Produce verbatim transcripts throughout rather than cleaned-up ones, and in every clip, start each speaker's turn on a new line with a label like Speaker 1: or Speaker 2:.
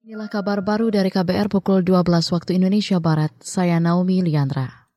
Speaker 1: Inilah kabar baru dari K B R pukul dua belas waktu Indonesia Barat. Saya Naomi Liandra.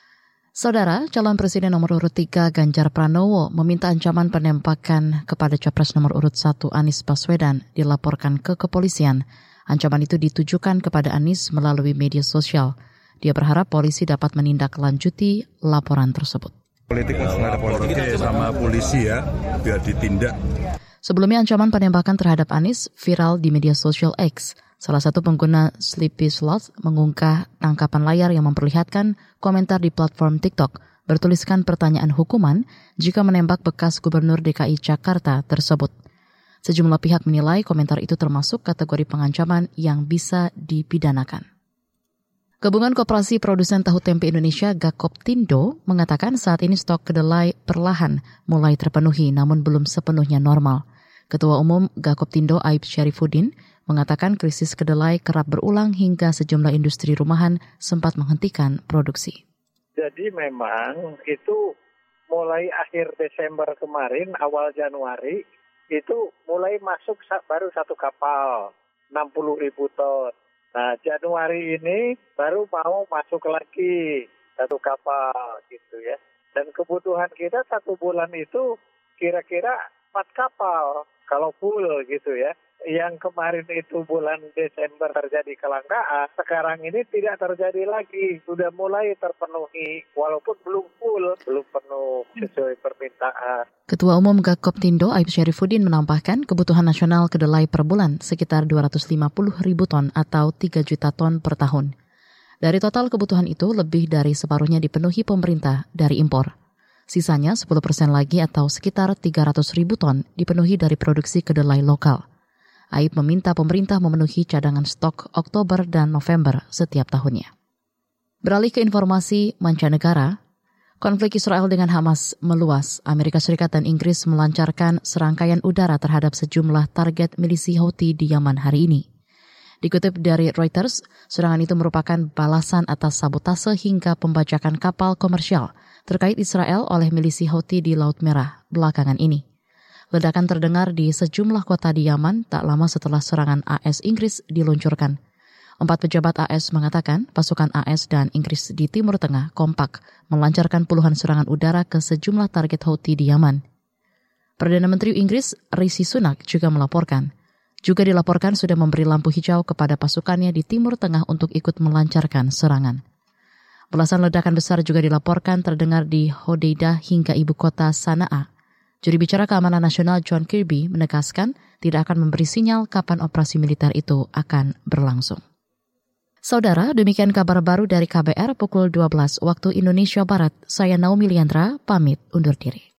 Speaker 1: Saudara, calon presiden nomor urut tiga Ganjar Pranowo meminta ancaman penembakan kepada capres nomor urut satu Anies Baswedan dilaporkan ke kepolisian. Ancaman itu ditujukan kepada Anies melalui media sosial. Dia berharap polisi dapat menindaklanjuti laporan tersebut.
Speaker 2: Politik ada politik sama polisi ya, biar ditindak.
Speaker 1: Sebelumnya ancaman penembakan terhadap Anies viral di media sosial X. Salah satu pengguna Sleepy Sloth mengunggah tangkapan layar yang memperlihatkan komentar di platform TikTok bertuliskan pertanyaan hukuman jika menembak bekas gubernur D K I Jakarta tersebut. Sejumlah pihak menilai komentar itu termasuk kategori pengancaman yang bisa dipidanakan. Gabungan Koperasi Produsen Tahu Tempe Indonesia Gakoptindo mengatakan saat ini stok kedelai perlahan mulai terpenuhi namun belum sepenuhnya normal. Ketua Umum Gakoptindo Aib Syarifuddin mengatakan krisis kedelai kerap berulang hingga sejumlah industri rumahan sempat menghentikan produksi.
Speaker 3: Jadi memang itu mulai akhir Desember kemarin, awal Januari, itu mulai masuk baru satu kapal, enam puluh ribu ton. Nah, Januari ini baru mau masuk lagi satu kapal gitu ya. Dan kebutuhan kita satu bulan itu kira-kira empat kapal kalau full gitu ya. Yang kemarin itu bulan Desember terjadi kelangkaan, sekarang ini tidak terjadi lagi. Sudah mulai terpenuhi, walaupun belum full, belum penuh sesuai permintaan.
Speaker 1: Ketua Umum Gakoptindo Aib Syarifuddin menambahkan kebutuhan nasional kedelai per bulan sekitar dua ratus lima puluh ribu ton atau tiga juta ton per tahun. Dari total kebutuhan itu, lebih dari separuhnya dipenuhi pemerintah dari impor. Sisanya sepuluh persen lagi atau sekitar tiga ratus ribu ton dipenuhi dari produksi kedelai lokal. Aib meminta pemerintah memenuhi cadangan stok Oktober dan November setiap tahunnya. Beralih ke informasi mancanegara, konflik Israel dengan Hamas meluas. Amerika Serikat dan Inggris melancarkan serangkaian udara terhadap sejumlah target milisi Houthi di Yaman hari ini. Dikutip dari Reuters, serangan itu merupakan balasan atas sabotase hingga pembajakan kapal komersial terkait Israel oleh milisi Houthi di Laut Merah belakangan ini. Ledakan terdengar di sejumlah kota di Yaman tak lama setelah serangan A S Inggris diluncurkan. Empat pejabat A S mengatakan pasukan A S dan Inggris di Timur Tengah kompak melancarkan puluhan serangan udara ke sejumlah target Houthi di Yaman. Perdana Menteri Inggris Rishi Sunak juga melaporkan. Juga dilaporkan sudah memberi lampu hijau kepada pasukannya di Timur Tengah untuk ikut melancarkan serangan. Belasan ledakan besar juga dilaporkan terdengar di Hodeidah hingga ibu kota Sanaa. Juru bicara Keamanan Nasional John Kirby menegaskan tidak akan memberi sinyal kapan operasi militer itu akan berlangsung. Saudara, demikian kabar baru dari K B R pukul dua belas waktu Indonesia Barat. Saya Naomi Liandra, pamit undur diri.